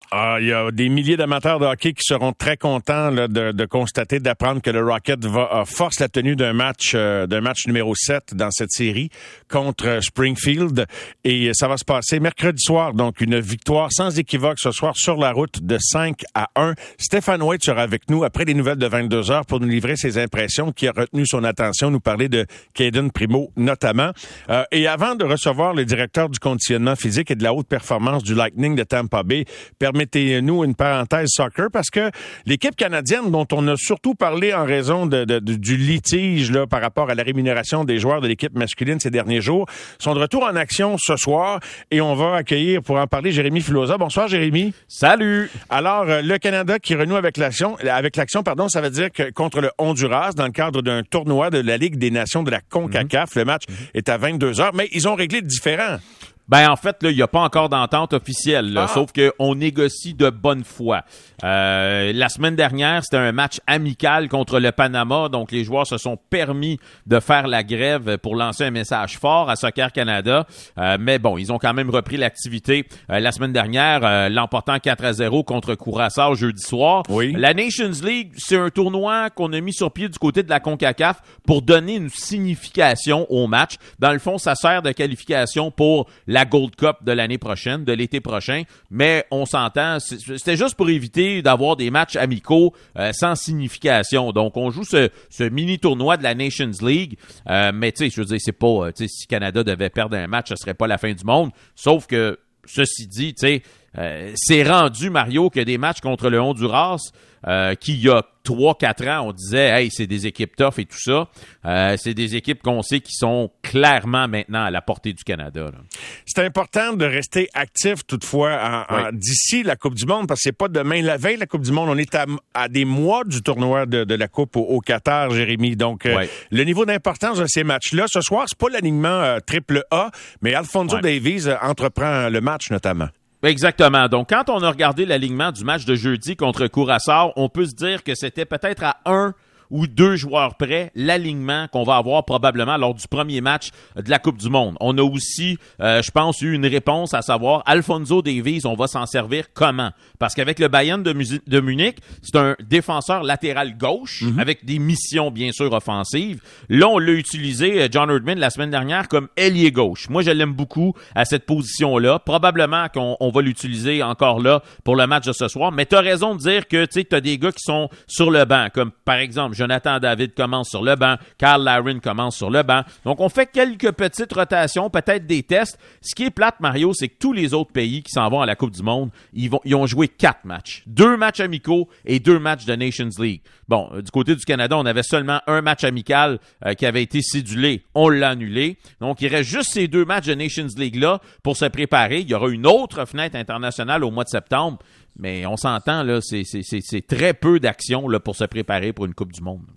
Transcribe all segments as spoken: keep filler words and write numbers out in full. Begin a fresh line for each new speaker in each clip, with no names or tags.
Ah, il y a des milliers d'amateurs de hockey qui seront très contents là, de, de constater, d'apprendre que le Rocket va euh, force la tenue d'un match euh, d'un match numéro sept dans cette série contre Springfield. Et ça va se passer mercredi soir, donc une victoire sans équivoque ce soir sur la route de cinq à un. Stéphane White sera avec nous après les nouvelles de vingt-deux heures pour nous livrer ses impressions, qui a retenu son attention, nous parler de Cayden Primeau notamment. Euh, et avant de recevoir le directeur du conditionnement physique et de la haute performance du Lightning de Tampa Bay, permettez-nous une parenthèse soccer, parce que l'équipe canadienne, dont on a surtout parlé en raison de, de, de, du litige là, par rapport à la rémunération des joueurs de l'équipe masculine ces derniers jours, sont de retour en action ce soir et on va accueillir pour en parler Jérémy Filosa. Bonsoir Jérémy.
Salut.
Alors, le Canada qui renoue avec l'action, avec l'action, pardon, ça veut dire que contre le Honduras, dans le cadre d'un tournoi de la Ligue des Nations de la CONCACAF, mm-hmm. le match mm-hmm. est à vingt-deux heures, mais ils ont réglé le différent.
Ben en fait, là, il n'y a pas encore d'entente officielle, là, ah. sauf qu'on négocie de bonne foi. Euh, la semaine dernière, c'était un match amical contre le Panama, donc les joueurs se sont permis de faire la grève pour lancer un message fort à Soccer Canada. Euh, mais bon, ils ont quand même repris l'activité euh, la semaine dernière, euh, l'emportant quatre à zéro contre Curaçao jeudi soir.
Oui.
La Nations League, c'est un tournoi qu'on a mis sur pied du côté de la CONCACAF pour donner une signification au match. Dans le fond, ça sert de qualification pour la la Gold Cup de l'année prochaine, de l'été prochain, mais on s'entend, c'était juste pour éviter d'avoir des matchs amicaux euh, sans signification. Donc, on joue ce, ce mini-tournoi de la Nations League, euh, mais tu sais, je veux dire, c'est pas, tu sais, si Canada devait perdre un match, ce serait pas la fin du monde, sauf que, ceci dit, tu sais, euh, c'est rendu, Mario, que des matchs contre le Honduras, euh, qui il y a trois quatre ans, on disait, hey, c'est des équipes tough et tout ça. Euh, c'est des équipes qu'on sait qui sont clairement maintenant à la portée du Canada. Là.
C'est important de rester actif toutefois en, oui. en, d'ici la Coupe du Monde, parce que c'est pas demain la veille la Coupe du Monde. On est à, à des mois du tournoi de, de la Coupe au, au Qatar, Jérémy. Donc, euh, oui. le niveau d'importance de ces matchs-là, ce soir, c'est pas l'alignement euh, triple A, mais Alphonso oui. Davies euh, entreprend le match notamment.
Exactement. Donc, quand on a regardé l'alignement du match de jeudi contre Curaçao, on peut se dire que c'était peut-être à un ou deux joueurs près l'alignement qu'on va avoir probablement lors du premier match de la Coupe du Monde. On a aussi, euh, je pense, eu une réponse à savoir Alphonso Davies, on va s'en servir comment? Parce qu'avec le Bayern de, Mus- de Munich, c'est un défenseur latéral gauche mm-hmm. avec des missions bien sûr offensives. Là, on l'a utilisé, John Herdman, la semaine dernière comme ailier gauche. Moi, je l'aime beaucoup à cette position-là. Probablement qu'on on va l'utiliser encore là pour le match de ce soir. Mais tu as raison de dire que tu as des gars qui sont sur le banc, comme par exemple Jonathan David commence sur le banc, Carl Larin commence sur le banc. Donc, on fait quelques petites rotations, peut-être des tests. Ce qui est plate, Mario, c'est que tous les autres pays qui s'en vont à la Coupe du Monde, ils, vont, ils ont joué quatre matchs. Deux matchs amicaux et deux matchs de Nations League. Bon, du côté du Canada, on avait seulement un match amical euh, qui avait été cédulé. On l'a annulé. Donc, il reste juste ces deux matchs de Nations League-là pour se préparer. Il y aura une autre fenêtre internationale au mois de septembre. Mais on s'entend, là, c'est, c'est, c'est, c'est très peu d'action là, pour se préparer pour une Coupe du Monde.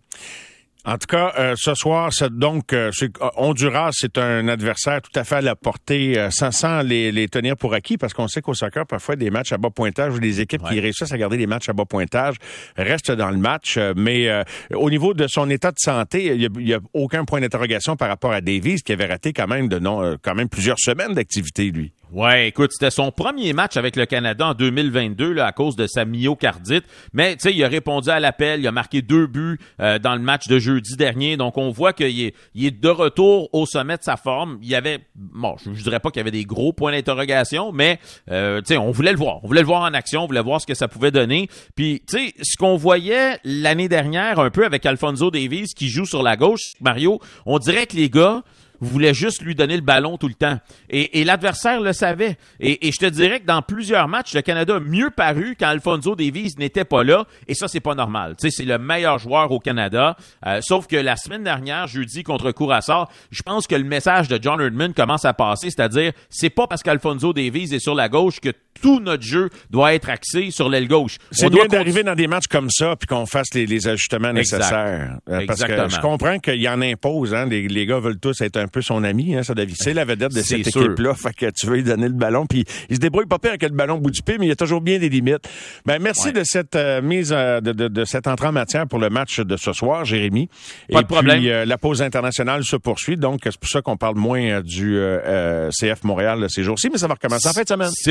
En tout cas, euh, ce soir, c'est donc euh, c'est, Honduras, c'est un adversaire tout à fait à la portée, euh, sans, sans les, les tenir pour acquis, parce qu'on sait qu'au soccer, parfois, des matchs à bas pointage ou des équipes ouais. qui réussissent à garder les matchs à bas pointage restent dans le match. Euh, mais euh, au niveau de son état de santé, il n'y a, a aucun point d'interrogation par rapport à Davies, qui avait raté quand même de non, euh, quand même plusieurs semaines d'activité, lui.
Ouais, écoute, c'était son premier match avec le Canada en deux mille vingt-deux là, à cause de sa myocardite. Mais tu sais, il a répondu à l'appel, il a marqué deux buts euh, dans le match de jeudi dernier. Donc on voit qu'il est, il est de retour au sommet de sa forme. Il y avait, bon, je, je dirais pas qu'il y avait des gros points d'interrogation, mais euh, tu sais, on voulait le voir, on voulait le voir en action, on voulait voir ce que ça pouvait donner. Puis tu sais, ce qu'on voyait l'année dernière un peu avec Alphonso Davies qui joue sur la gauche, Mario, on dirait que les gars voulait juste lui donner le ballon tout le temps. Et, et l'adversaire le savait. Et, et je te dirais que dans plusieurs matchs, le Canada a mieux paru quand Alphonso Davies n'était pas là. Et ça, c'est pas normal. Tu sais, c'est le meilleur joueur au Canada. Euh, sauf que la semaine dernière, jeudi, contre Curaçao, je pense que le message de John Herdman commence à passer. C'est-à-dire, c'est pas parce qu'Alphonso Davies est sur la gauche que tout notre jeu doit être axé sur l'aile gauche.
C'est
On
mieux
doit
d'arriver dans des matchs comme ça puis qu'on fasse les, les ajustements nécessaires. Euh, parce
Exactement.
que je comprends qu'il en impose. Hein, les, les gars veulent tous être un peu son ami. Hein, ça Davies. C'est la vedette de
c'est
cette
sûr.
équipe-là. Fait que tu veux lui donner le ballon. Puis il se débrouille pas pire avec le ballon au bout du pied, mais il y a toujours bien des limites. Ben merci ouais. de cette euh, mise euh, de, de, de cette entrée en matière pour le match de ce soir, Jérémy.
Pas
Et
de problème.
puis euh, la pause internationale se poursuit. Donc c'est pour ça qu'on parle moins euh, du euh, C F Montréal ces jours-ci, mais ça va recommencer en fin de semaine.
C'est long, Mario.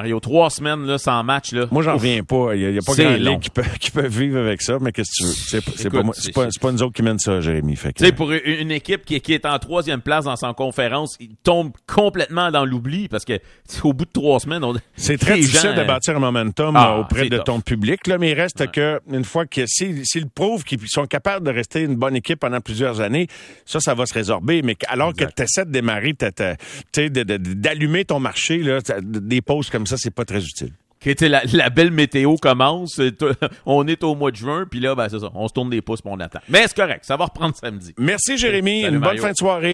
Mario. Trois semaines là, sans match. Là.
Moi, j'en
Ouf.
reviens pas. Il n'y a, a pas
C'est
grand
long.
ligue qui peut, qui peut vivre avec ça, mais qu'est-ce que tu veux? C'est, c'est,
Écoute,
pas, moi,
c'est,
c'est, pas, c'est pas nous autres qui mènent ça, Jérémy. Fait que,
tu sais, pour une, une équipe qui, qui est en troisième place dans son conférence, il tombe complètement dans l'oubli parce que au bout de trois semaines, on,
c'est très difficile
gens,
de bâtir un momentum
ah,
euh, auprès de
tough.
ton public, là, mais il reste
Ouais.
que une fois que s'ils, s'ils prouvent qu'ils sont capables de rester une bonne équipe pendant plusieurs années, ça, ça va se résorber. Mais alors exact. Que tu essaies de démarrer, t'as, t'as, t'sais, de, de, d'allumer ton marché, là, des pauses comme ça, c'est pas très utile.
Okay, la, la belle météo commence, on est au mois de juin, puis là, ben c'est ça, on se tourne des pouces, puis on attend. Mais c'est correct, ça va reprendre samedi.
Merci Jérémy,
Salut,
une
Mario.
bonne fin de soirée.